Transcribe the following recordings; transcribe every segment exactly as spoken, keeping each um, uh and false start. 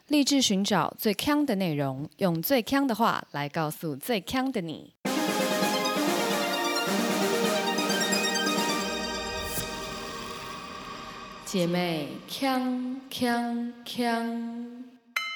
立志寻找最强的内容，用最强的话来告诉最强的你。姐妹，强强强！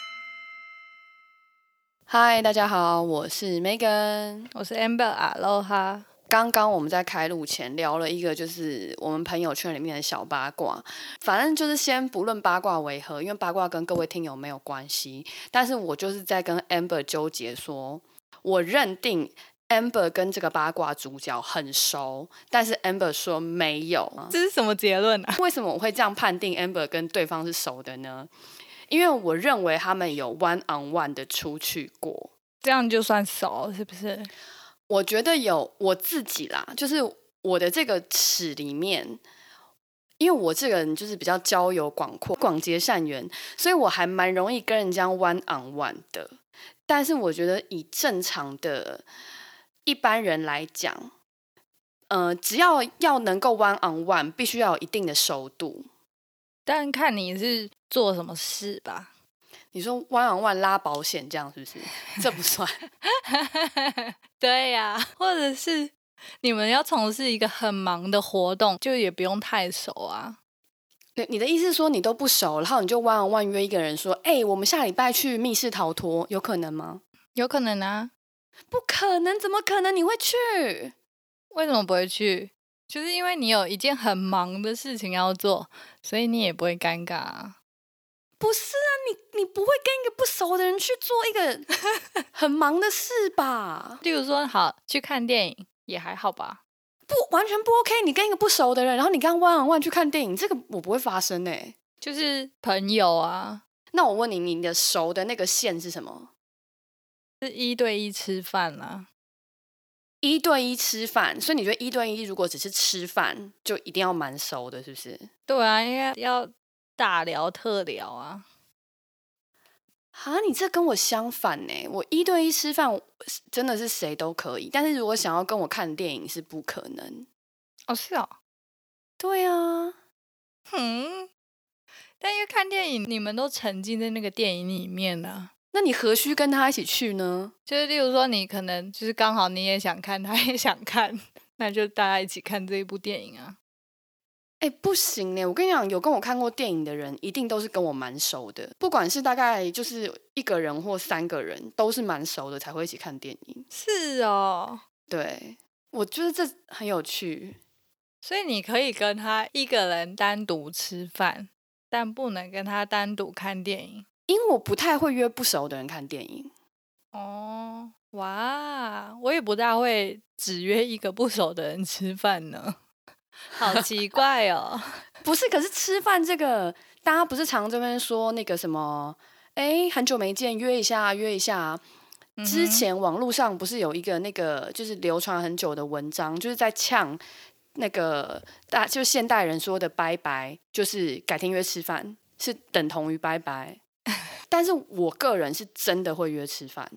嗨，大家好，我是 Megan， 我是 Amber Aloha。 刚刚我们在开录前聊了一个，就是我们朋友圈里面的小八卦。反正就是先不论八卦为何，因为八卦跟各位听友没有关系。但是我就是在跟 Amber 纠结说，我认定 Amber 跟这个八卦主角很熟，但是 Amber 说没有。 这是什么结论啊？ 为什么我会这样判定 Amber 跟对方是熟的呢？因为我认为他们有 one on one 的出去过， 这样就算熟是不是？ 我觉得有我自己啦，就是我的这个尺里面，因为我这个人就是比较交友广阔、广结善缘，所以我还蛮容易跟人家 one on one 的。但是我觉得以正常的一般人来讲，呃，只要要能够 one on one， 必须要有一定的熟度。 但看你是做什么事吧。 你说 one on one 拉保险这样是不是？这不算。 对呀、啊，或者是你们要从事一个很忙的活动，就也不用太熟啊。 你的意思是说你都不熟，然后你就 one on one 约一个人说，哎、欸，我们下礼拜去密室逃脱，有可能吗？ 有可能啊。 不可能，怎么可能你会去？ 为什么不会去？就是因为你有一件很忙的事情要做，所以你也不会尴尬啊。 不是啊，你你不会跟一个不熟的人去做一个很忙的事吧？ 例如说，好去看电影也还好吧？ 不，完全不 OK。你跟一个不熟的人，然后你跟他 one on one 去看电影，这个我不会发生哎、欸。 就是朋友啊。 那我问你，你的熟的那个线是什么？ 是一对一吃饭啊。 一对一吃饭，所以你觉得一对一如果只是吃饭，就一定要蛮熟的，是不是？ 对啊，因为要大聊特聊啊。 哈，你这跟我相反呢。我一对一吃饭真的是谁都可以，但是如果想要跟我看电影是不可能。 哦，是哦。 对啊。 嗯。但因为看电影，你们都沉浸在那个电影里面啊。 那你何须跟他一起去呢？ 就是例如说，你可能就是刚好你也想看，他也想看，那就大家一起看这一部电影啊。 哎、欸，不行呢！我跟你讲，有跟我看过电影的人，一定都是跟我蛮熟的。不管是大概就是一个人或三个人，都是蛮熟的才会一起看电影。 是哦。 对，我觉得这很有趣。 所以你可以跟他一个人单独吃饭，但不能跟他单独看电影。 因为我不太会约不熟的人看电影。 哦，哇，我也不大会只约一个不熟的人吃饭呢。好奇怪哦。 不是，可是吃饭这个，大家不是常这边说那个什么，哎，很久没见，约一下，约一下。嗯、之前网络上不是有一个那个就是流传很久的文章，就是在呛那个大，就现代人说的拜拜，就是改天约吃饭，是等同于拜拜。但是我个人是真的会约吃饭。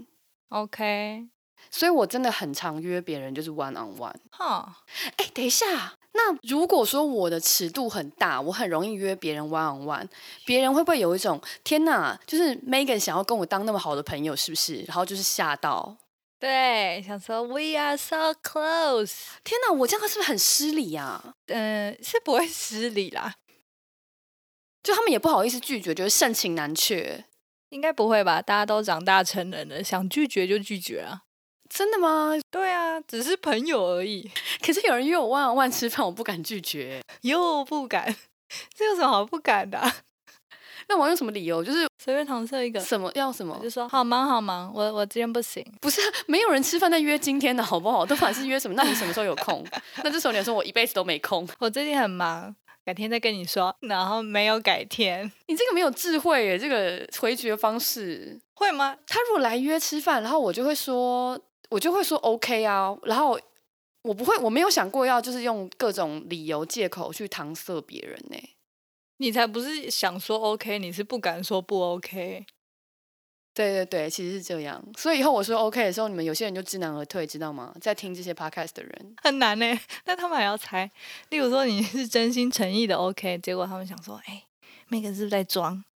OK。 所以我真的很常约别人，就是 one on one。 哈， 哎，等一下。那如果说我的尺度很大，我很容易约别人 one on one， 别人会不会有一种天哪，就是 Megan 想要跟我当那么好的朋友是不是？然后就是吓到， 对，想说 We are so close。 天哪，我这样是不是很失礼啊？ 嗯、呃，是不会失礼啦， 就他们也不好意思拒绝，觉得盛情难却。 应该不会吧？大家都长大成人了，想拒绝就拒绝啊。 真的吗？ 对啊，只是朋友而已。 可是有人约我 one on one 吃饭，我不敢拒绝。 又不敢，这有什么好不敢的、啊？ 那我用什么理由？就是随便搪塞一个。 什么要什么？ 就说好忙好忙，我我今天不行。 不是，没有人吃饭在约今天的好不好？都反是约什么？那你什么时候有空？那这时候你说我一辈子都没空。 我最近很忙，改天再跟你说。然后没有改天。 你这个没有智慧耶，这个回绝方式会吗？ 他如果来约吃饭，然后我就会说。我就会说 OK 啊，然后我不会，我没有想过要就是用各种理由借口去搪塞别人呢、欸。 你才不是想说 OK， 你是不敢说不 OK。 对对对，其实是这样。所以以后我说 OK 的时候，你们有些人就知难而退，知道吗？在听这些 podcast 的人很难呢、欸，但他们还要猜。例如说你是真心诚意的 OK， 结果他们想说，哎、欸，那个是不是在装？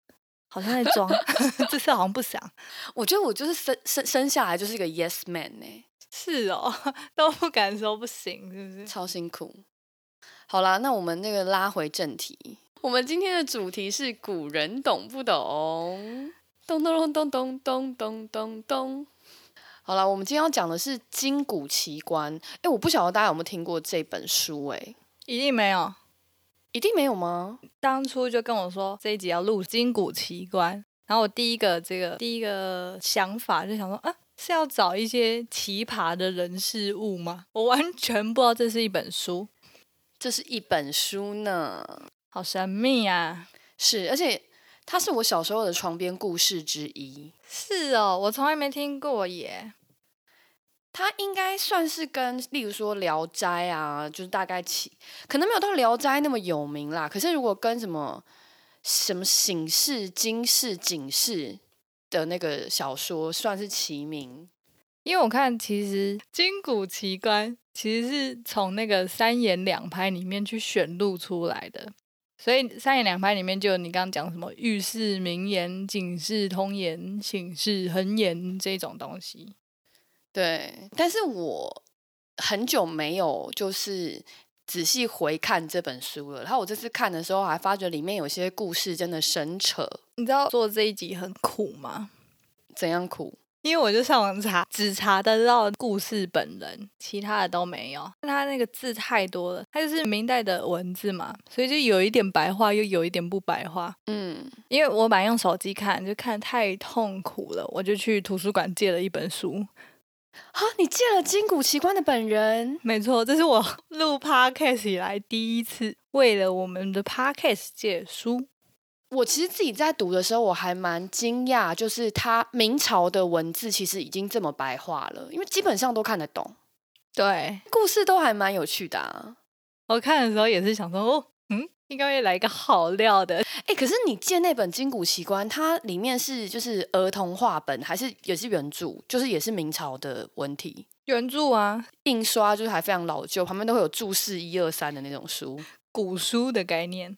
好像在装，这次好像不想。 我觉得我就是生生生下来就是一个 yes man 呢、欸， 是哦，都不敢说不行，是不是？ 超辛苦。好啦，那我们那个拉回正题，我们今天的主题是古人懂不懂？咚咚咚咚咚咚咚咚。好啦，我们今天要讲的是《今古奇观》。哎，我不晓得大家有没有听过这本书、欸？哎， 一定没有。 一定没有吗？ 当初就跟我说这一集要录今古奇观，然后我第一个这个第一个想法就想说，啊，是要找一些奇葩的人事物吗？我完全不知道这是一本书， 这是一本书呢， 好神秘啊！ 是，而且它是我小时候的床边故事之一。 是哦，我从来没听过耶。 它应该算是跟，例如说《聊斋》啊，就是大概起，可能没有到《聊斋》那么有名啦。可是如果跟什么什么醒世、惊世、警世的那个小说，算是齐名。 因为我看其实《今古奇观》其实是从那个三言两拍里面去选录出来的，所以三言两拍里面就有你刚刚讲什么寓世名言、警世通言、醒世恒言这种东西。 对，但是我很久没有就是仔细回看这本书了。然后我这次看的时候，还发觉里面有些故事真的神扯。 你知道做这一集很苦吗？ 怎样苦？ 因为我就上网查，只查得到故事本人，其他的都没有。他那个字太多了，它就是明代的文字嘛，所以就有一点白话，又有一点不白话。嗯，因为我本来用手机看，就看太痛苦了，我就去图书馆借了一本书。 啊！你借了《今古奇观》的本人？ 没错，这是我录 podcast 以来第一次为了我们的 podcast 借书。 我其实自己在读的时候，我还蛮惊讶，就是他明朝的文字其实已经这么白话了，因为基本上都看得懂。 对， 故事都还蛮有趣的啊。 我看的时候也是想说，哦，嗯，应该会来一个好料的。 哎，可是你借那本《今古奇观》，它里面是就是儿童话本，还是也是原著？就是也是明朝的文体？ 原著啊， 印刷就是还非常老旧，旁边都会有注释一二三的那种书， 古书的概念。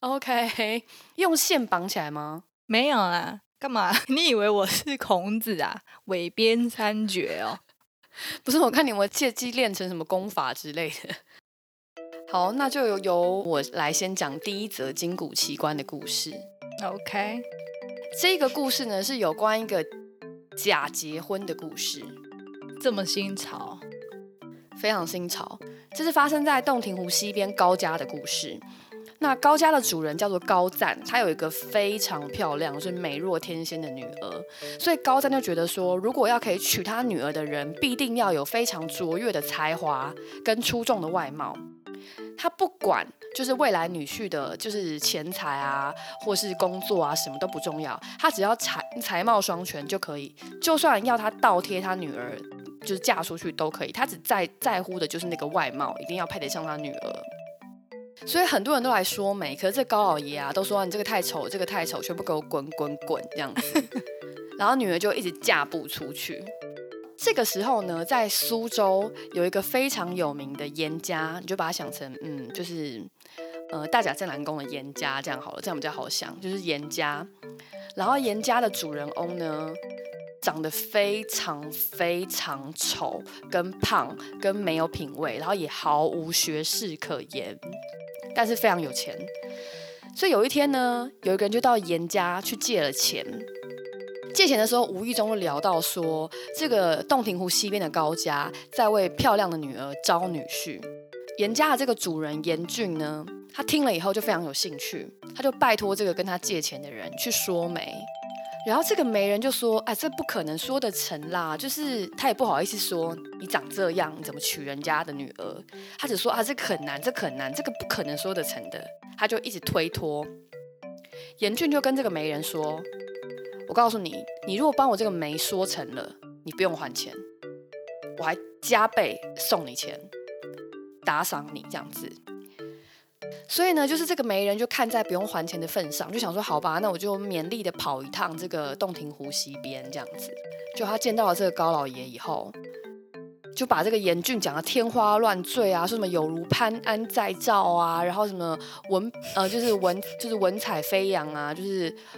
OK， 用线绑起来吗？ 没有啦，干嘛？你以为我是孔子啊？韦编三绝哦？ 不是，我看你有没有借机练成什么功法之类的。好，那就由由我来先讲第一则今古奇观的故事。 OK， 这个故事呢是有关一个假结婚的故事。 这么新潮？ 非常新潮。这是发生在洞庭湖西边高家的故事。那高家的主人叫做高赞，他有一个非常漂亮，就是美若天仙的女儿，所以高赞就觉得说，如果要可以娶他女儿的人，必定要有非常卓越的才华跟出众的外貌。他不管就是未来女婿的，就是钱财啊，或是工作啊，什么都不重要，他只要才才貌双全就可以，就算要他倒贴他女儿，就是嫁出去都可以，他只在在乎的就是那个外貌，一定要配得上他女儿。所以很多人都来说媒，可是这高老爷啊都说你这个太丑，这个太丑，全部给我滚滚滚这样子。然后女儿就一直嫁不出去。这个时候呢，在苏州有一个非常有名的严家，你就把它想成嗯，就是呃大甲镇澜宫的严家这样好了，这样比较好想，就是严家。然后严家的主人翁呢，长得非常非常丑，跟胖，跟没有品味，然后也毫无学识可言。但是非常有钱，所以有一天呢，有一个人就到严家去借了钱。借钱的时候，无意中就聊到说，这个洞庭湖西边的高家在为漂亮的女儿招女婿。严家的这个主人严俊呢，他听了以后就非常有兴趣，他就拜托这个跟他借钱的人去说媒。然后这个媒人就说：“哎，这不可能说得成啦，就是他也不好意思说你长这样，你怎么娶人家的女儿？他只说啊，这很难，这很难，这个不可能说得成的。”他就一直推脱。严俊就跟这个媒人说：“我告诉你，你如果帮我这个媒说成了，你不用还钱，我还加倍送你钱，打赏你这样子。”所以呢，就是这个媒人就看在不用还钱的份上，就想说好吧，那我就勉力的跑一趟这个洞庭湖西边这样子。就他见到了这个高老爷以后，就把这个严俊讲的天花乱坠啊，说什么有如潘安在照啊，然后什么文呃就是文就是文采飞扬啊，就是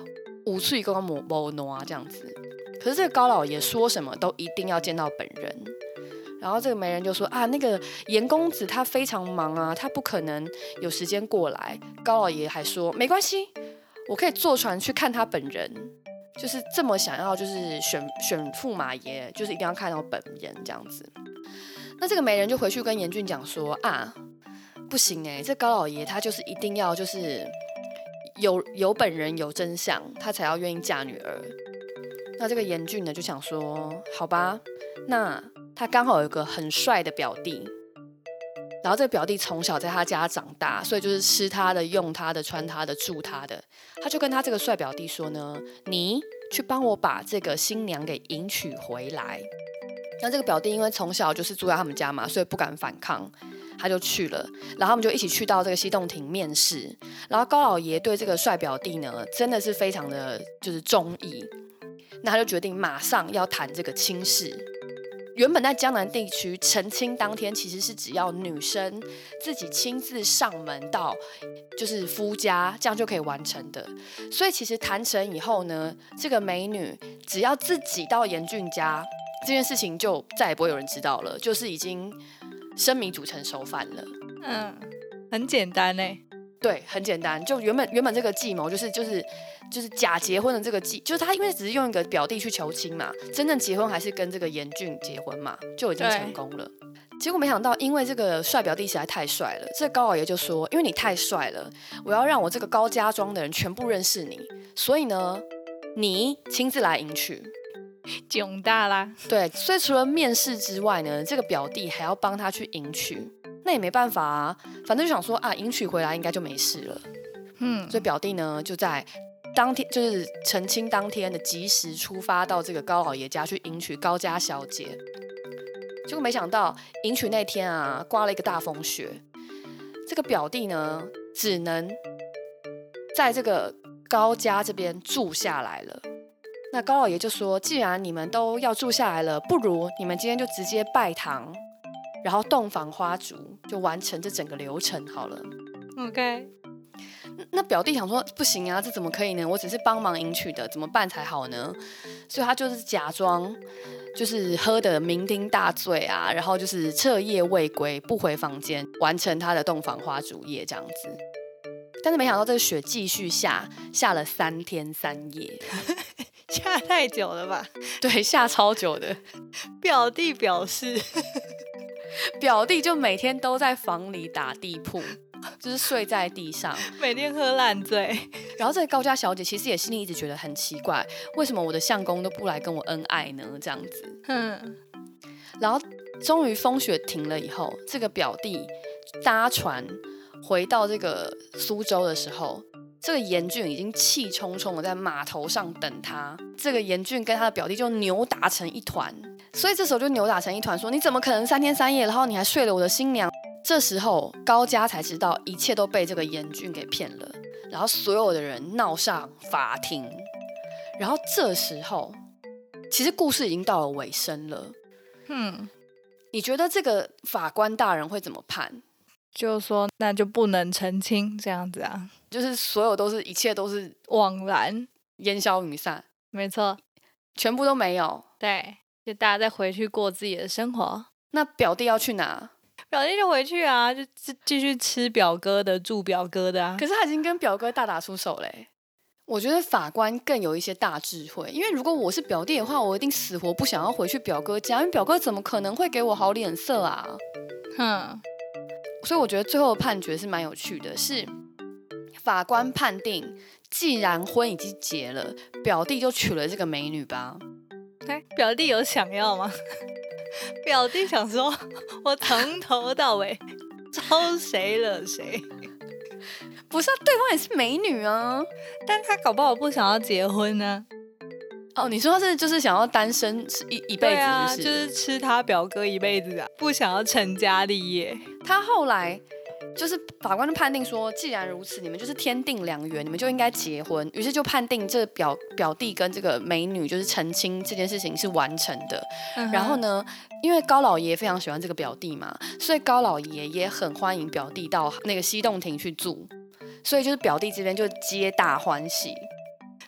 五岁跟我摸挪啊这样子。可是这个高老爷说什么都一定要见到本人。然后这个媒人就说啊，那个严公子他非常忙啊，他不可能有时间过来。高老爷还说没关系，我可以坐船去看他本人，就是这么想要，就是选选驸马爷，就是一定要看到本人这样子。那这个媒人就回去跟严俊讲说啊，不行哎、欸，这高老爷他就是一定要就是有有本人有真相，他才要愿意嫁女儿。那这个严俊呢就想说，好吧，那他刚好有一个很帅的表弟，然后这个表弟从小在他家长大，所以就是吃他的、用他的、穿他的、住他的。他就跟他这个帅表弟说呢，你去帮我把这个新娘给迎娶回来。那这个表弟因为从小就是住在他们家嘛，所以不敢反抗，他就去了。然后他们就一起去到这个西洞庭面试。然后高老爷对这个帅表弟呢，真的是非常的就是中意。那他就决定马上要谈这个亲事。原本在江南地区成亲当天，其实是只要女生自己亲自上门到就是夫家，这样就可以完成的。所以其实谈成以后呢，这个美女只要自己到严俊家，这件事情就再也不会有人知道了，就是已经生米煮成熟饭了。 嗯，很简单欸。 对，很简单。就原本原本这个计谋就是就是就是假结婚的这个计，就是他因为只是用一个表弟去求亲嘛，真正结婚还是跟这个严俊结婚嘛，就已经成功了。结果没想到，因为这个帅表弟实在太帅了，这个高老爷就说：“因为你太帅了，我要让我这个高家庄的人全部认识你，所以呢，你亲自来迎娶。” 囧大啦。 对，所以除了面试之外呢，这个表弟还要帮他去迎娶。那也没办法啊，反正就想说啊，迎娶回来应该就没事了。嗯，所以表弟呢就在当天，就是成亲当天的及时出发到这个高老爷家去迎娶高家小姐。结果没想到迎娶那天啊，刮了一个大风雪。这个表弟呢，只能在这个高家这边住下来了。那高老爷就说，既然你们都要住下来了，不如你们今天就直接拜堂。然后洞房花烛就完成这整个流程好了。 OK， 那表弟想说不行啊，这怎么可以呢？我只是帮忙迎娶的，怎么办才好呢？所以他就是假装就是喝得酩酊大醉啊，然后就是彻夜未归，不回房间，完成他的洞房花烛夜这样子。但是没想到这个雪继续下，下了三天三夜。 下太久了吧？ 对，下超久的。 表弟表示。 表弟就每天都在房里打地铺，就是睡在地上， 每天喝烂醉。 然后这个高家小姐其实也心里一直觉得很奇怪，为什么我的相公都不来跟我恩爱呢？这样子。嗯。然后终于风雪停了以后，这个表弟搭船回到这个苏州的时候，这个严俊已经气冲冲的在码头上等他。这个严俊跟他的表弟就扭打成一团。所以这时候就扭打成一团，说你怎么可能三天三夜，然后你还睡了我的新娘？这时候高家才知道一切都被这个严俊给骗了，然后所有的人闹上法庭。然后这时候，其实故事已经到了尾声了。嗯，你觉得这个法官大人会怎么判？ 就说那就不能成亲这样子啊， 就是所有都是一切都是枉然， 烟消云散。 没错， 全部都没有。 对。就大家再回去过自己的生活。 那表弟要去哪？ 表弟就回去啊，就继续吃表哥的，住表哥的啊。 可是他已经跟表哥大打出手嘞。我觉得法官更有一些大智慧，因为如果我是表弟的话，我一定死活不想要回去表哥家，因为表哥怎么可能会给我好脸色啊？哼。所以我觉得最后的判决是蛮有趣的，是法官判定，既然婚已经结了，表弟就娶了这个美女吧。 欸、表弟有想要吗？表弟想说，我从头到尾招谁惹谁？ 不是、啊，对方也是美女啊， 但他搞不好不想要结婚呢、 啊。哦，你说是就是想要单身一一辈子是不是？对啊，就是吃他表哥一辈子啊，不想要成家立业。 他后来。就是法官就判定说，既然如此，你们就是天定良缘，你们就应该结婚。于是就判定这表表弟跟这个美女就是成亲这件事情是完成的。嗯、然后呢，因为高老爷非常喜欢这个表弟嘛，所以高老爷也很欢迎表弟到那个西洞庭去住。所以就是表弟这边就皆大欢喜。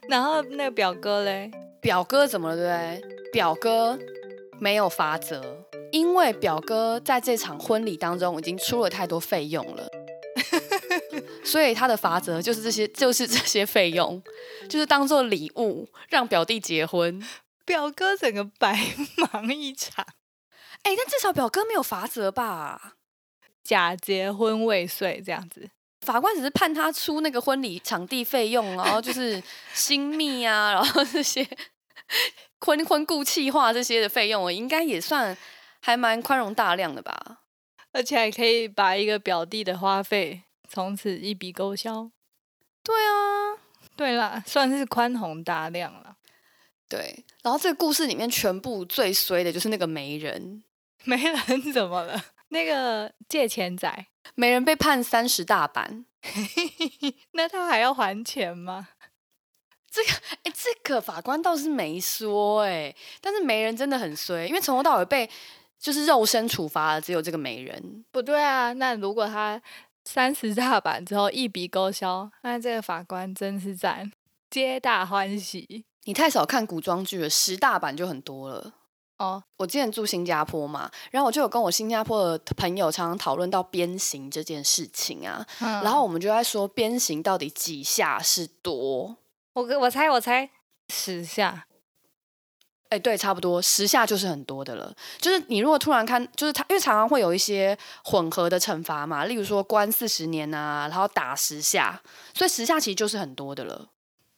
然后那个表哥嘞？ 表哥怎么了，对不对？表哥没有罚则，因为表哥在这场婚礼当中已经出了太多费用了，所以他的罚则就是这些，就是这些费用，就是当做礼物让表弟结婚。 表哥整个白忙一场。 哎、欸，但至少表哥没有罚则吧？ 假结婚未遂这样子， 法官只是判他出那个婚礼场地费用，然后就是新秘啊，然后这些婚婚顾企划这些的费用，应该也算还蛮宽容大量的吧？ 而且还可以把一个表弟的花费从此一笔勾销。 对啊， 对啦，算是宽宏大量了。 对，然后这个故事里面全部最衰的就是那个媒人。 媒人怎么了？那个借钱仔， 媒人被判三十大板。 那他还要还钱吗？ 这个，哎，这个法官倒是没说，哎，但是媒人真的很衰，因为从头到尾被就是肉身处罚的只有这个媒人。 不对啊，那如果他三十大板之后一笔勾销，那这个法官真是赞，皆大欢喜。 你太少看古装剧了，十大板就很多了。哦，我之前住新加坡嘛，然后我就有跟我新加坡的朋友常常讨论到鞭刑这件事情啊，嗯、然后我们就在说鞭刑到底几下是多？ 我我猜我猜十下。 哎，对，差不多十下就是很多的了。就是你如果突然看，就是他，因为常常会有一些混合的惩罚嘛，例如说关四十年啊，然后打十下，所以十下其实就是很多的了。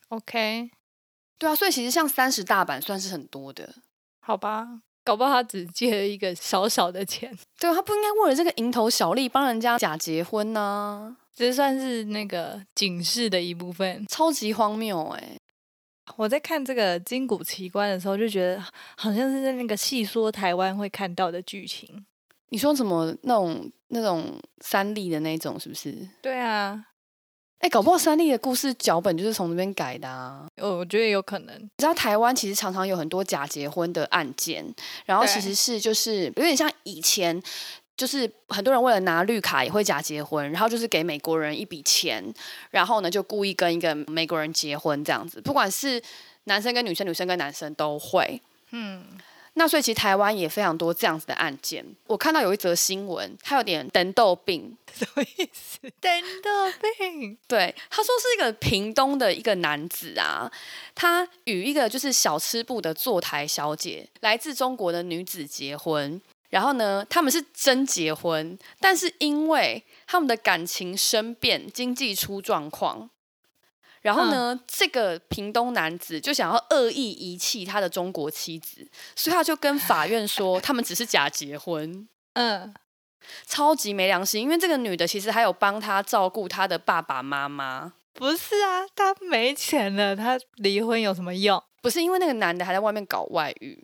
OK， 对啊，所以其实像三十大板算是很多的。 好吧，搞不好他只借了一个小小的钱。 对啊，他不应该为了这个蝇头小利帮人家假结婚呢、啊？ 这算是那个警示的一部分， 超级荒谬哎、欸！ 我在看这个金谷奇观的时候，就觉得好像是在那个戏说台湾会看到的剧情。 你说什么那种那种三立的那种是不是？ 对啊。 哎、欸，搞不好三立的故事脚本就是从这边改的啊！ 我觉得有可能。 你知道台湾其实常常有很多假结婚的案件，然后其实是就是有点像以前，就是很多人为了拿绿卡也会假结婚，然后就是给美国人一笔钱，然后呢就故意跟一个美国人结婚这样子，不管是男生跟女生，女生跟男生都会。嗯。那所以其实台湾也非常多这样子的案件。我看到有一则新闻，他有点等豆病。 什么意思？等豆病？ 对，他说是一个屏东的一个男子啊，他与一个就是小吃部的坐台小姐，来自中国的女子结婚。然后呢，他们是真结婚，但是因为他们的感情生变，经济出状况。然后呢、嗯，这个屏东男子就想要恶意遗弃他的中国妻子，所以他就跟法院说他们只是假结婚。嗯，超级没良心，因为这个女的其实还有帮他照顾他的爸爸妈妈。 不是啊，他没钱了，他离婚有什么用？ 不是，因为那个男的还在外面搞外遇。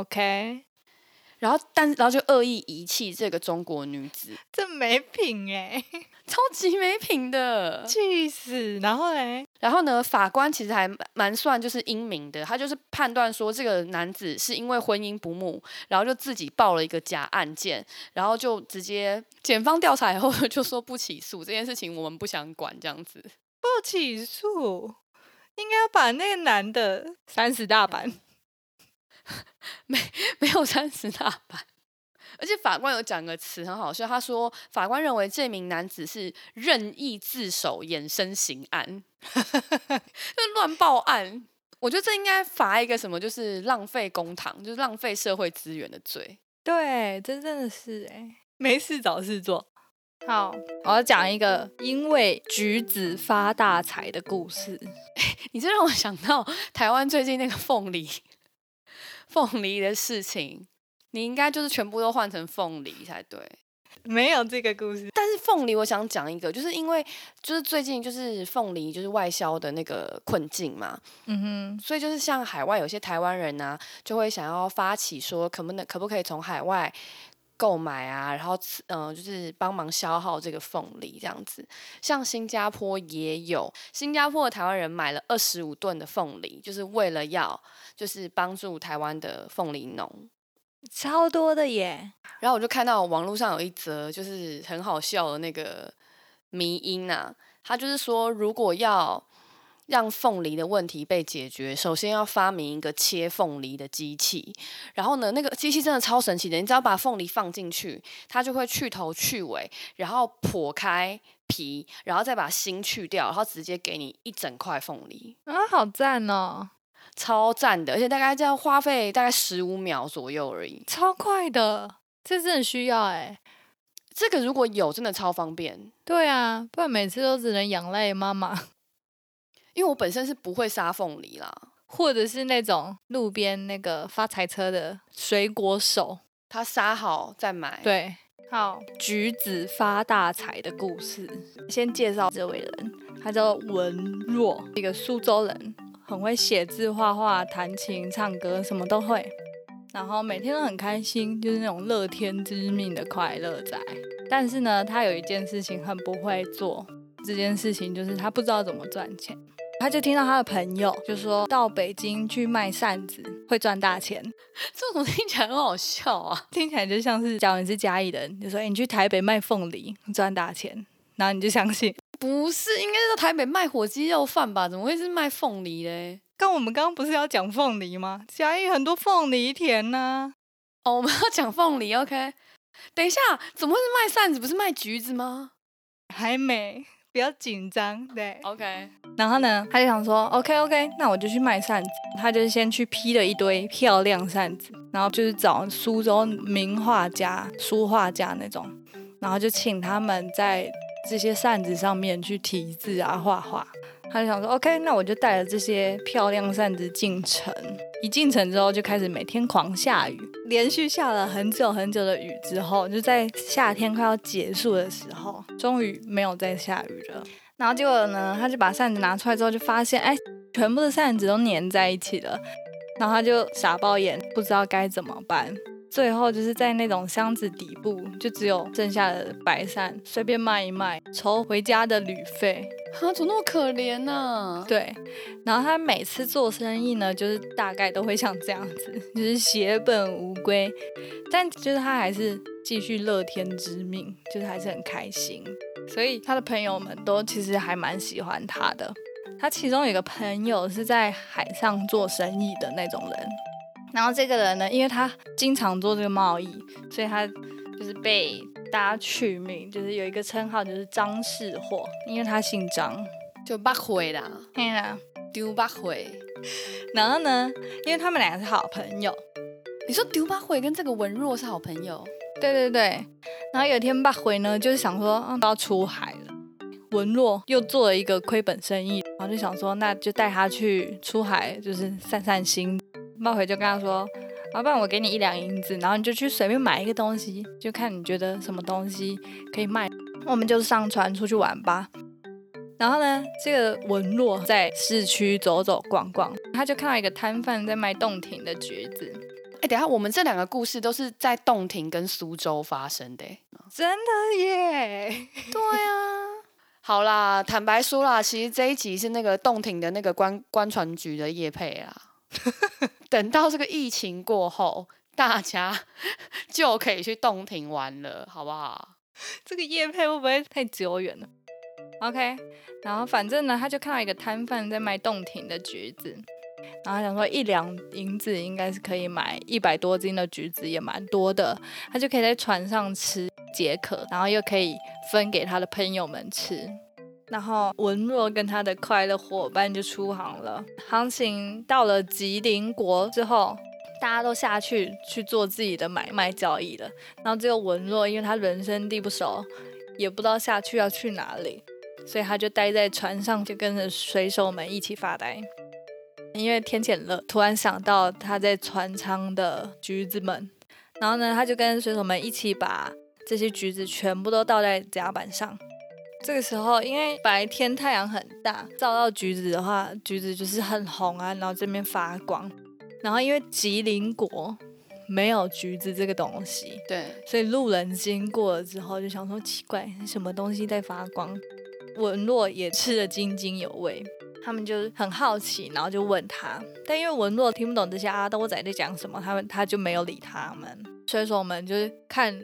OK。 然后，但然后就恶意遗弃这个中国女子， 这没品哎、欸， 超级没品的， 气死！然后嘞， 然后呢，法官其实还蛮算就是英明的，他就是判断说这个男子是因为婚姻不睦，然后就自己报了一个假案件，然后就直接检方调查以后就说不起诉这件事情，我们不想管这样子。 不起诉，应该要把那个男的三十大板。 没没有三十大板，而且法官有讲个词很好笑，他说法官认为这名男子是任意自首衍生刑案，就乱报案。我觉得这应该罚一个什么，就是浪费公帑，就是浪费社会资源的罪。 对，这真的是哎、欸，没事找事做。好，我要讲一个因为橘子发大财的故事。 你这让我想到台湾最近那个凤梨。凤梨的事情，你应该就是全部都换成凤梨才对。 没有这个故事， 但是凤梨我想讲一个，就是因为就是最近就是凤梨就是外销的那个困境嘛，嗯哼，所以就是像海外有些台湾人啊，就会想要发起说，可不能可不可以从海外购买啊，然后嗯、呃，就是帮忙消耗这个凤梨这样子。像新加坡也有，新加坡的台湾人买了二十五吨的凤梨，就是为了要就是帮助台湾的凤梨农， 超多的耶。 然后我就看到网络上有一则就是很好笑的那个迷因啊，他就是说如果要让凤梨的问题被解决，首先要发明一个切凤梨的机器。然后呢，那个机器真的超神奇的，你只要把凤梨放进去，它就会去头去尾，然后剖开皮，然后再把心去掉，然后直接给你一整块凤梨啊，好赞哦！ 超赞的，而且大概这样花费大概十五秒左右而已， 超快的，这真的需要哎、欸。 这个如果有，真的超方便。 对啊，不然每次都只能仰赖妈妈。 因为我本身是不会杀凤梨啦， 或者是那种路边那个发财车的水果手， 他杀好再买。 对，好，橘子发大财的故事。先介绍这位人，他叫文若，一个苏州人。很会写字、画画、弹琴、唱歌，什么都会。然后每天都很开心，就是那种乐天知命的快乐仔。但是呢，他有一件事情很不会做，这件事情就是他不知道怎么赚钱。他就听到他的朋友就说到北京去卖扇子会赚大钱， 这种听起来很好笑啊， 听起来就像是假如你是嘉义人，就说、欸、你去台北卖凤梨赚大钱，然后你就相信。 不是，应该是在台北卖火鸡肉饭吧？怎么会是卖凤梨嘞？ 跟我们刚刚不是要讲凤梨吗？嘉义很多凤梨田呢、 啊。哦，我们要讲凤梨 ，OK？ 等一下，怎么会是卖扇子，不是卖橘子吗？ 还没，不要紧张，对 ，OK。 然后呢，他就想说 ，OK OK， 那我就去卖扇子。他就先去批了一堆漂亮扇子，然后就是找苏州名画家、书画家那种，然后就请他们在这些扇子上面去题字啊、画画。他就想说 OK， 那我就带了这些漂亮扇子进城。一进城之后就开始每天狂下雨，连续下了很久很久的雨之后，就在夏天快要结束的时候，终于没有再下雨了。然后结果呢，他就把扇子拿出来之后就发现，哎，全部的扇子都粘在一起了。然后他就傻爆眼，不知道该怎么办。最后就是在那种箱子底部，就只有剩下的白扇，随便卖一卖，筹回家的旅费。 啊，怎么那么可怜呢、啊？ 对，然后他每次做生意呢，就是大概都会像这样子，就是血本无归，但就是他还是继续乐天知命，就是还是很开心，所以他的朋友们都其实还蛮喜欢他的。他其中有一个朋友是在海上做生意的那种人。然后这个人呢，因为他经常做这个贸易，所以他就是被大家取名，就是有一个称号，就是张氏货，因为他姓张， 就八回啦， 嘿啦， 丢八回。 然后呢，因为他们两个是好朋友， 你说丢八回跟这个文若是好朋友？ 对对对。然后有一天八回呢，就是想说，啊，要出海了，文若又做了一个亏本生意，然后就想说，那就带他去出海，就是散散心。八回就跟他说，要不然我给你一两银子，然后你就去随便买一个东西，就看你觉得什么东西可以卖，我们就上船出去玩吧。然后呢，这个文若在市区走走逛逛，他就看到一个摊贩在卖洞庭的橘子。 哎，等一下，我们这两个故事都是在洞庭跟苏州发生的， 真的耶！ 对啊。好啦，坦白说啦，其实这一集是那个洞庭的那个观观船局的业配啦。等到这个疫情过后，大家就可以去洞庭玩了，好不好？ 这个业配会不会太久远了 ？OK， 然后反正呢，他就看到一个摊贩在卖洞庭的橘子，然后他想说一两银子应该是可以买一百多斤的橘子，也蛮多的，他就可以在船上吃解渴，然后又可以分给他的朋友们吃。然后文若跟他的快乐伙伴就出航了。航行到了吉林国之后，大家都下去去做自己的买卖交易了。然后只有文若，因为他人生地不熟，也不知道下去要去哪里，所以他就待在船上，就跟着水手们一起发呆。因为天气很热，突然想到他在船舱的橘子们，然后呢，他就跟水手们一起把这些橘子全部都倒在甲板上。这个时候，因为白天太阳很大，照到橘子的话，橘子就是很红啊，然后这边发光。然后因为吉林国没有橘子这个东西， 对， 所以路人经过了之后就想说奇怪，什么东西在发光？文若也吃得津津有味，他们就很好奇，然后就问他。但因为文若听不懂这些阿兜仔在讲什么，他们他就没有理他们。水手们就是看。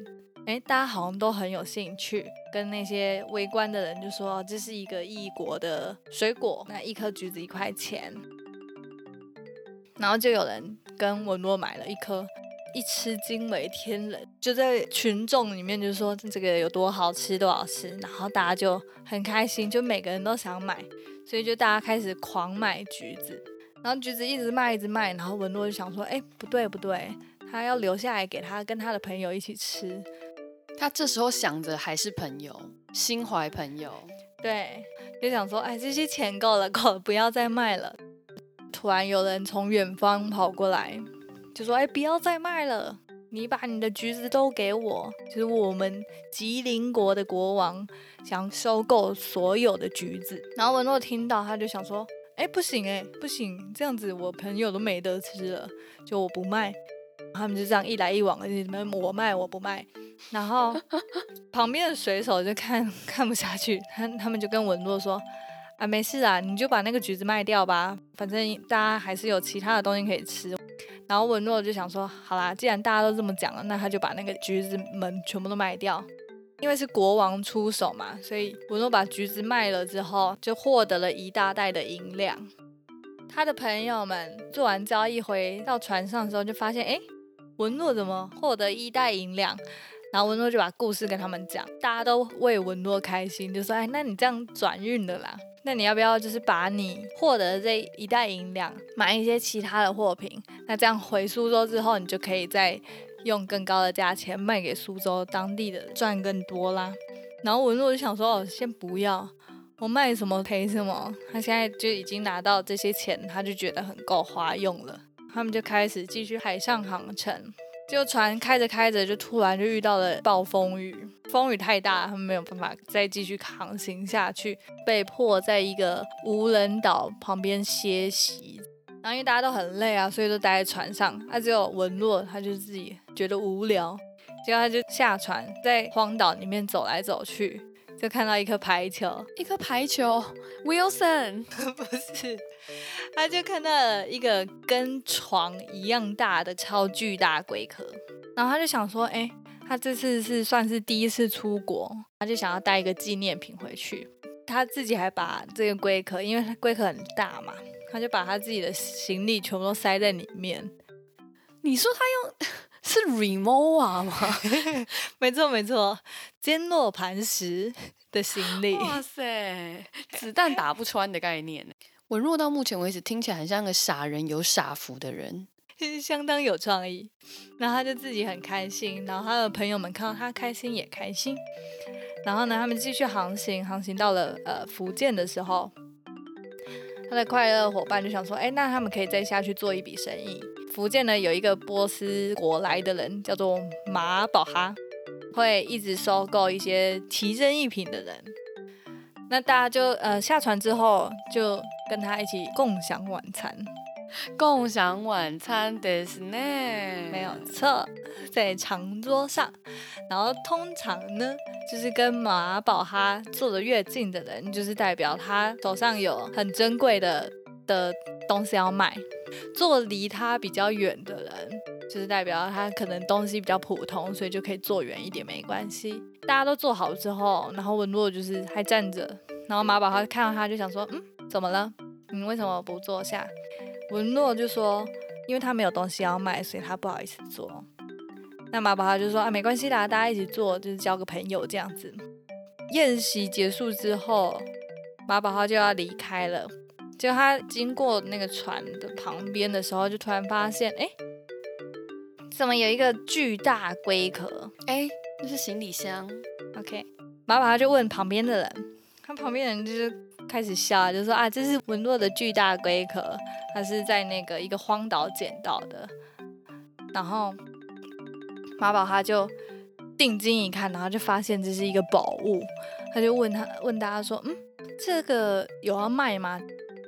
哎，大家好像都很有兴趣，跟那些围观的人就说这是一个异国的水果，那一颗橘子一块钱，然后就有人跟文洛买了一颗，一吃惊为天人，就在群众里面就说这个有多好吃多好吃，然后大家就很开心，就每个人都想买，所以就大家开始狂买橘子，然后橘子一直卖一直卖，然后文洛就想说，哎，不对不对，他要留下来给他跟他的朋友一起吃。 他这时候想着还是朋友，心怀朋友， 对，就想说，哎，这些钱够了，够了，不要再卖了。突然有人从远方跑过来，就说，哎，不要再卖了，你把你的橘子都给我，就是我们吉林国的国王想收购所有的橘子。然后文洛听到，他就想说，哎，不行哎，不行，这样子我朋友都没得吃了，就我不卖。他们就这样一来一往，你们我卖我不卖，然后旁边的水手就看看不下去，他他们就跟文洛说，啊没事啦，你就把那个橘子卖掉吧，反正大家还是有其他的东西可以吃。然后文洛就想说，好啦，既然大家都这么讲了，那他就把那个橘子们全部都卖掉。因为是国王出手嘛，所以文洛把橘子卖了之后，就获得了一大袋的银两。他的朋友们做完交易回到船上的时候，就发现，哎，文洛怎么获得一袋银两？然后文洛就把故事跟他们讲，大家都为文洛开心，就说，哎，那你这样转运的啦，那你要不要就是把你获得的这一袋银两买一些其他的货品？那这样回苏州之后，你就可以再用更高的价钱卖给苏州当地的，赚更多啦。然后文洛就想说，哦，先不要，我卖什么赔什么。他现在就已经拿到这些钱，他就觉得很够花用了。他们就开始继续海上航程，就船开着开着，就突然就遇到了暴风雨，风雨太大，他们没有办法再继续航行下去，被迫在一个无人岛旁边歇息。然后因为大家都很累啊，所以都待在船上，他只有文洛，他就自己觉得无聊，结果他就下船，在荒岛里面走来走去，就看到一颗排球， 一颗排球 ，Wilson 不是，他就看到了一个跟床一样大的超巨大龟壳，然后他就想说，哎，他这次是算是第一次出国，他就想要带一个纪念品回去，他自己还把这个龟壳，因为它龟壳很大嘛，他就把他自己的行李全部都塞在里面。 你说他用是 Rimowa 吗？ 没错没错，坚若磐石的行李。 哇塞，子弹打不穿的概念。文洛到目前为止听起来很像个傻人有傻福的人， 相当有创意。然后他就自己很开心，然后他的朋友们看到他开心也开心。然后呢，他们继续航行，航行到了呃福建的时候，他的快乐伙伴就想说，哎，那他们可以再下去做一笔生意。福建呢有一个波斯国来的人叫做马宝哈，会一直收购一些奇珍异品的人。那大家就呃下船之后就跟他一起共享晚餐。 共享晚餐ですね， 没有错，在长桌上。然后通常呢，就是跟马宝哈坐得越近的人，就是代表他手上有很珍贵的的东西要卖；坐离他比较远的人，就是代表他可能东西比较普通，所以就可以坐远一点没关系。大家都坐好之后，然后文洛就是还站着，然后马宝哈看到他就想说，嗯，怎么了？你为什么不坐下？文洛就说，因为他没有东西要卖，所以他不好意思坐。那马宝哈就说，啊，没关系啦，大家一起坐，就是交个朋友这样子。宴席结束之后，马宝哈就要离开了。结果他经过那个船的旁边的时候，就突然发现，哎，怎么有一个巨大龟壳？ 哎，那是行李箱。 OK， 马宝哈就问旁边的人，他旁边的人就是开始笑，就说啊，这是文洛的巨大龟壳，他是在那个一个荒岛捡到的。然后马宝哈就定睛一看，然后就发现这是一个宝物，他就问他问大家说，嗯，这个有要卖吗？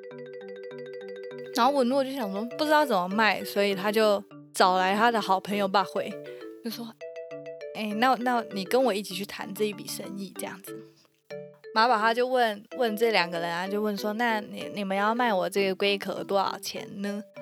然后文洛就想说不知道怎么卖，所以他就找来他的好朋友巴慧，就说，哎，那那你跟我一起去谈这一笔生意这样子。马宝哈就问问这两个人啊，就问说，那你你们要卖我这个龟壳多少钱呢？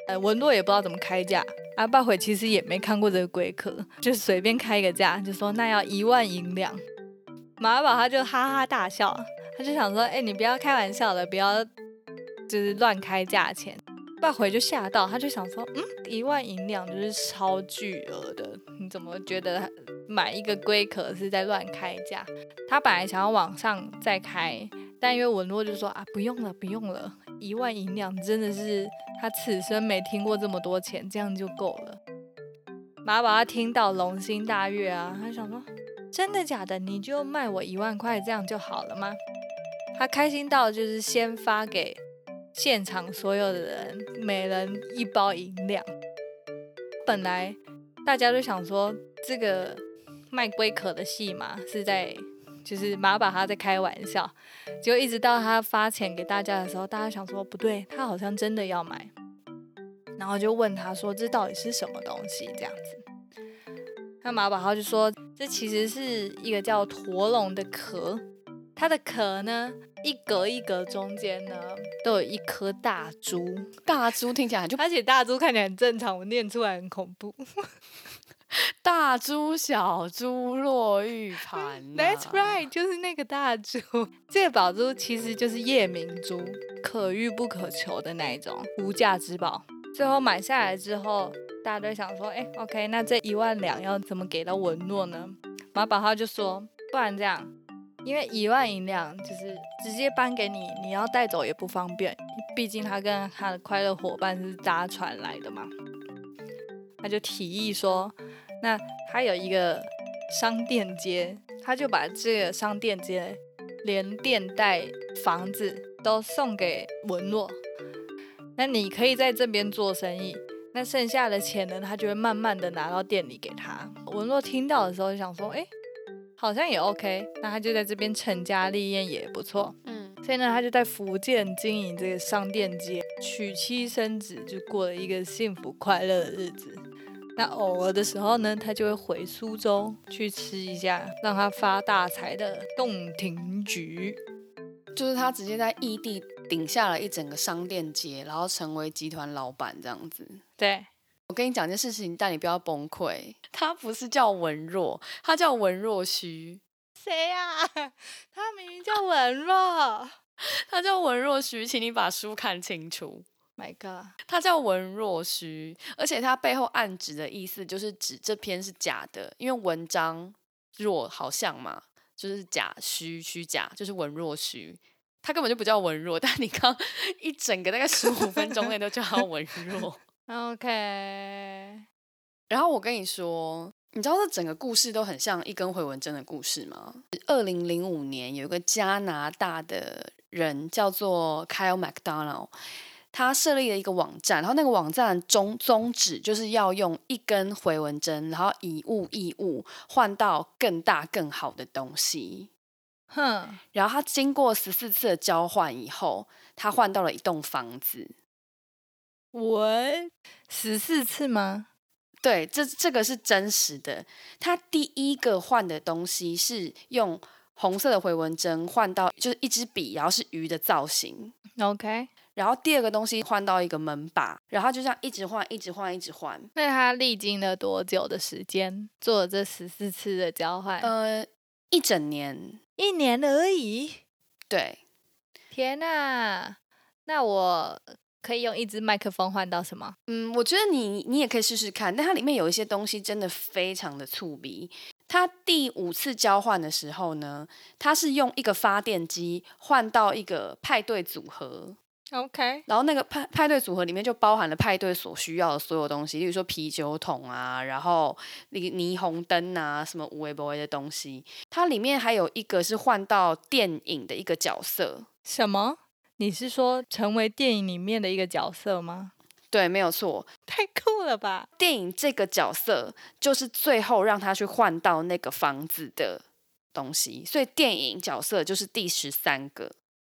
呃，文洛也不知道怎么开价，阿爸回其实也没看过这个龟壳，就随便开一个价，就说那要一万银两。马阿宝他就哈哈大笑，他就想说，哎、欸，你不要开玩笑了，不要就是乱开价钱。爸回就吓到，他就想说，嗯，一万银两就是超巨额的，你怎么觉得买一个龟壳是在乱开价？他本来想要往上再开，但因为文洛就说啊，不用了，不用了，一万银两真的是他此生没听过这么多钱，这样就够了。马宝他听到龙心大悦啊，他想说，真的假的？你就卖我一万块，这样就好了吗？他开心到就是先发给现场所有的人每人一包银两。本来大家都想说这个卖龟壳的戏嘛是在就是马把他在开玩笑，结果一直到他发钱给大家的时候，大家想说不对，他好像真的要买，然后就问他说这到底是什么东西这样子。那马宝他就说这其实是一个叫驼龙的壳，它的壳呢一格一格中间呢都有一颗大珠， 大珠听起来就， 而且大珠看起来很正常，我念出来很恐怖。 大珠小珠落玉盘、啊、 That's right， 就是那个大珠。这个宝珠其实就是夜明珠，可遇不可求的那一种无价之宝。最后买下来之后，大家都想说，哎、欸、，OK， 那这一万两要怎么给到文诺呢？马宝他就说，不然这样，因为一万银两就是直接颁给你，你要带走也不方便，毕竟他跟他的快乐伙伴是搭船来的嘛。他就提议说，那他有一个商店街，他就把这个商店街连店带房子都送给文洛，那你可以在这边做生意，那剩下的钱呢，他就会慢慢的拿到店里给他。文洛听到的时候就想说，哎、欸，好像也 OK， 那他就在这边成家立业也不错，嗯，所以呢，他就在福建经营这个商店街，娶妻生子，就过了一个幸福快乐的日子。那偶尔的时候呢，他就会回苏州去吃一下让他发大财的洞庭菊， 就是他直接在异地顶下了一整个商店街，然后成为集团老板这样子。 对， 我跟你讲件事情，但你不要崩溃，他不是叫文若，他叫文若虚。 谁呀、啊？他明明叫文若， 他叫文若虚，请你把书看清楚。 My God， 他叫文若虚，而且他背后暗指的意思就是指这篇是假的，因为文章若好像嘛，就是假虚虚假，就是文若虚。他根本就不叫文若，但你刚一整个大概十五分钟内都叫他文若。 OK， 然后我跟你说，你知道这整个故事都很像一根回文针的故事吗？二零零五年有一个加拿大的人叫做 Kyle MacDonald。他设立了一个网站，然后那个网站的宗宗旨就是要用一根回纹针，然后以物易物换到更大更好的东西。哼，然后他经过十四次的交换以后，他换到了一栋房子。 我十四次吗？ 对，这这个是真实的。他第一个换的东西是用红色的回纹针换到，就是一支笔，然后是鱼的造型。 OK。 然后第二个东西换到一个门把，然后就这样一直换，一直换，一直换。 那他历经了多久的时间做了这十四次的交换？ 呃，一整年， 一年而已。 对， 天哪！那我可以用一支麦克风换到什么？ 嗯，我觉得你你也可以试试看，但它里面有一些东西真的非常的粗鄙。他第五次交换的时候呢，他是用一个发电机换到一个派对组合。 OK， 然后那个派派对组合里面就包含了派对所需要的所有东西，例如说啤酒桶啊，然后那个霓虹灯啊，什么无微不微的东西。它里面还有一个是换到电影的一个角色。 什么？你是说成为电影里面的一个角色吗？ 对，没有错。 太酷了吧！ 电影这个角色就是最后让他去换到那个房子的东西，所以电影角色就是第十三个。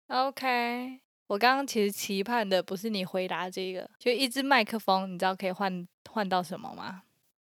OK。我刚刚其实期盼的不是你回答这个，就一支麦克风，你知道可以换换到什么吗？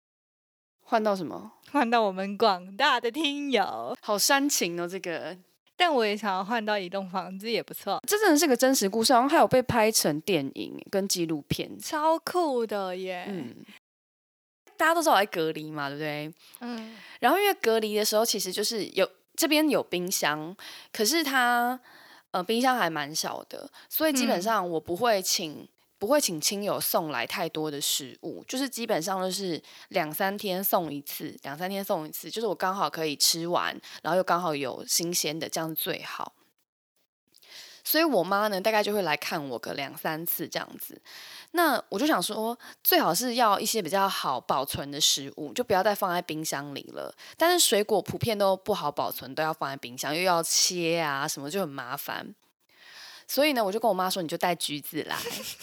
换到什么？ 换到我们广大的听友。 好煽情哦，这个但我也想要换到一栋房子，也不错。 这真的是个真实故事，好像还有被拍成电影跟纪录片， 超酷的耶。 嗯，大家都知道我在隔离嘛，对不对？ 嗯， 然后因为隔离的时候，其实就是有这边有冰箱，可是它呃冰箱还蛮小的，所以基本上我不会请。嗯不会请亲友送来太多的食物，就是基本上都是两三天送一次，两三天送一次，就是我刚好可以吃完，然后又刚好有新鲜的，这样最好。所以我妈呢，大概就会来看我个两三次这样子。那我就想说，最好是要一些比较好保存的食物，就不要再放在冰箱里了。但是水果普遍都不好保存，都要放在冰箱，又要切啊什么，就很麻烦。所以呢，我就跟我妈说，你就带橘子来。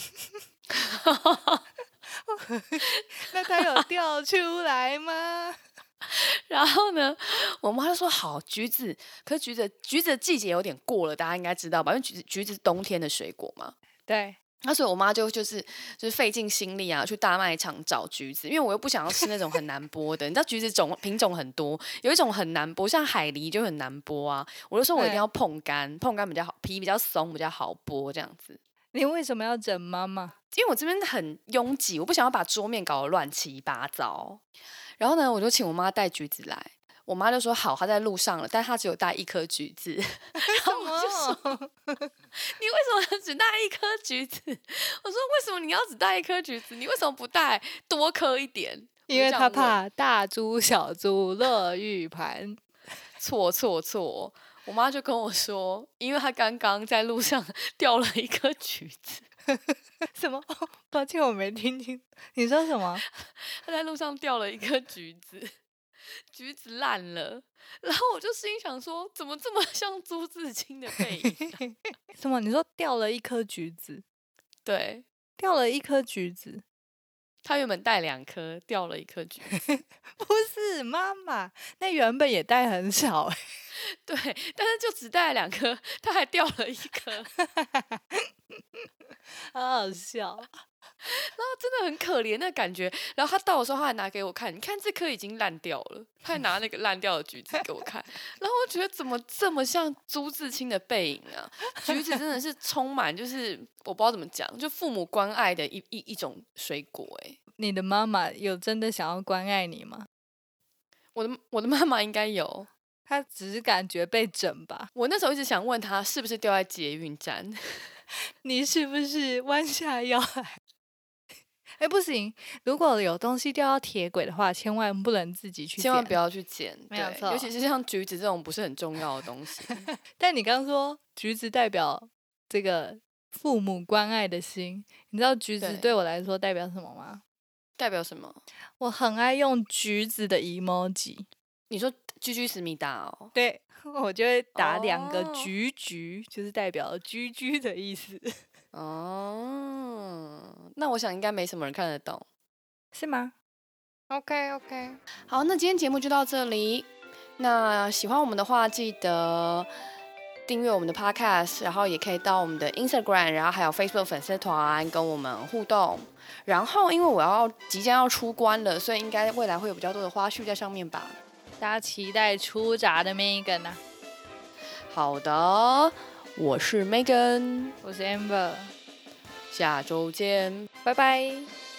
那它有掉出来吗？ 然后呢，我妈就说好，橘子，可是橘子橘子的季节有点过了，大家应该知道吧？因为橘子橘子是冬天的水果嘛。 对。 那所以我妈就就是就是费尽心力啊，去大卖场找橘子，因为我又不想要吃那种很难剥的。你知道橘子种品种很多，有一种很难剥，像海梨就很难剥啊。我就说我一定要碰干，碰干比较好，皮比较松，比较好剥这样子。 你为什么要整妈妈？ 因为我这边很拥挤，我不想要把桌面搞得乱七八糟。然后呢，我就请我妈带橘子来。我妈就说好，她在路上了，但她只有带一颗橘子。然后我就说你为什么只带一颗橘子？我说为什么你要只带一颗橘子？你为什么不带多颗一点？ 因为她怕大猪小猪乐玉盘。 错错错！我妈就跟我说，因为她刚刚在路上掉了一颗橘子。 什么？抱歉，我没听清。你说什么？ 她在路上掉了一颗橘子。橘子烂了，然后我就心想说，怎么这么像朱自清的背影、啊？ 什么？你说掉了一颗橘子？ 对， 掉了一颗橘子。 他原本带两颗，掉了一颗橘子。 不是妈妈，那原本也带很少哎、 欸。对，但是就只带了两颗，他还掉了一颗， 好好笑。 然后真的很可怜那感觉。然后他到的时候，他还拿给我看，你看这颗已经烂掉了，他还拿那个烂掉的橘子给我看。然后我觉得怎么这么像朱自清的背影啊？橘子真的是充满，就是我不知道怎么讲，就父母关爱的一一一种水果哎、欸。 你的妈妈有真的想要关爱你吗？ 我的我的妈妈应该有， 她只是感觉被整吧。 我那时候一直想问她，是不是掉在捷运站？ 你是不是弯下腰来？哎，不行！如果有东西掉到铁轨的话，千万不能自己去捡， 千万不要去捡， 没有错。 尤其是像橘子这种不是很重要的东西。 但你刚刚说橘子代表这个父母关爱的心，你知道橘子对我来说代表什么吗？ 代表什么？ 我很爱用橘子的 emoji。 你说居居思密达哦？ 对，我就会打两个橘橘，哦、就是代表居居的意思。 哦，那我想应该没什么人看得懂， 是吗 ？OK OK， 好，那今天节目就到这里。那喜欢我们的话，记得订阅我们的 Podcast， 然后也可以到我们的 Instagram， 然后还有 Facebook 粉丝团跟我们互动。然后因为我要即将要出关了，所以应该未来会有比较多的花絮在上面吧。 大家期待出闸的 Megan 啊！ 好的。我是 Megan， 我是 Amber， 下周见， 拜拜。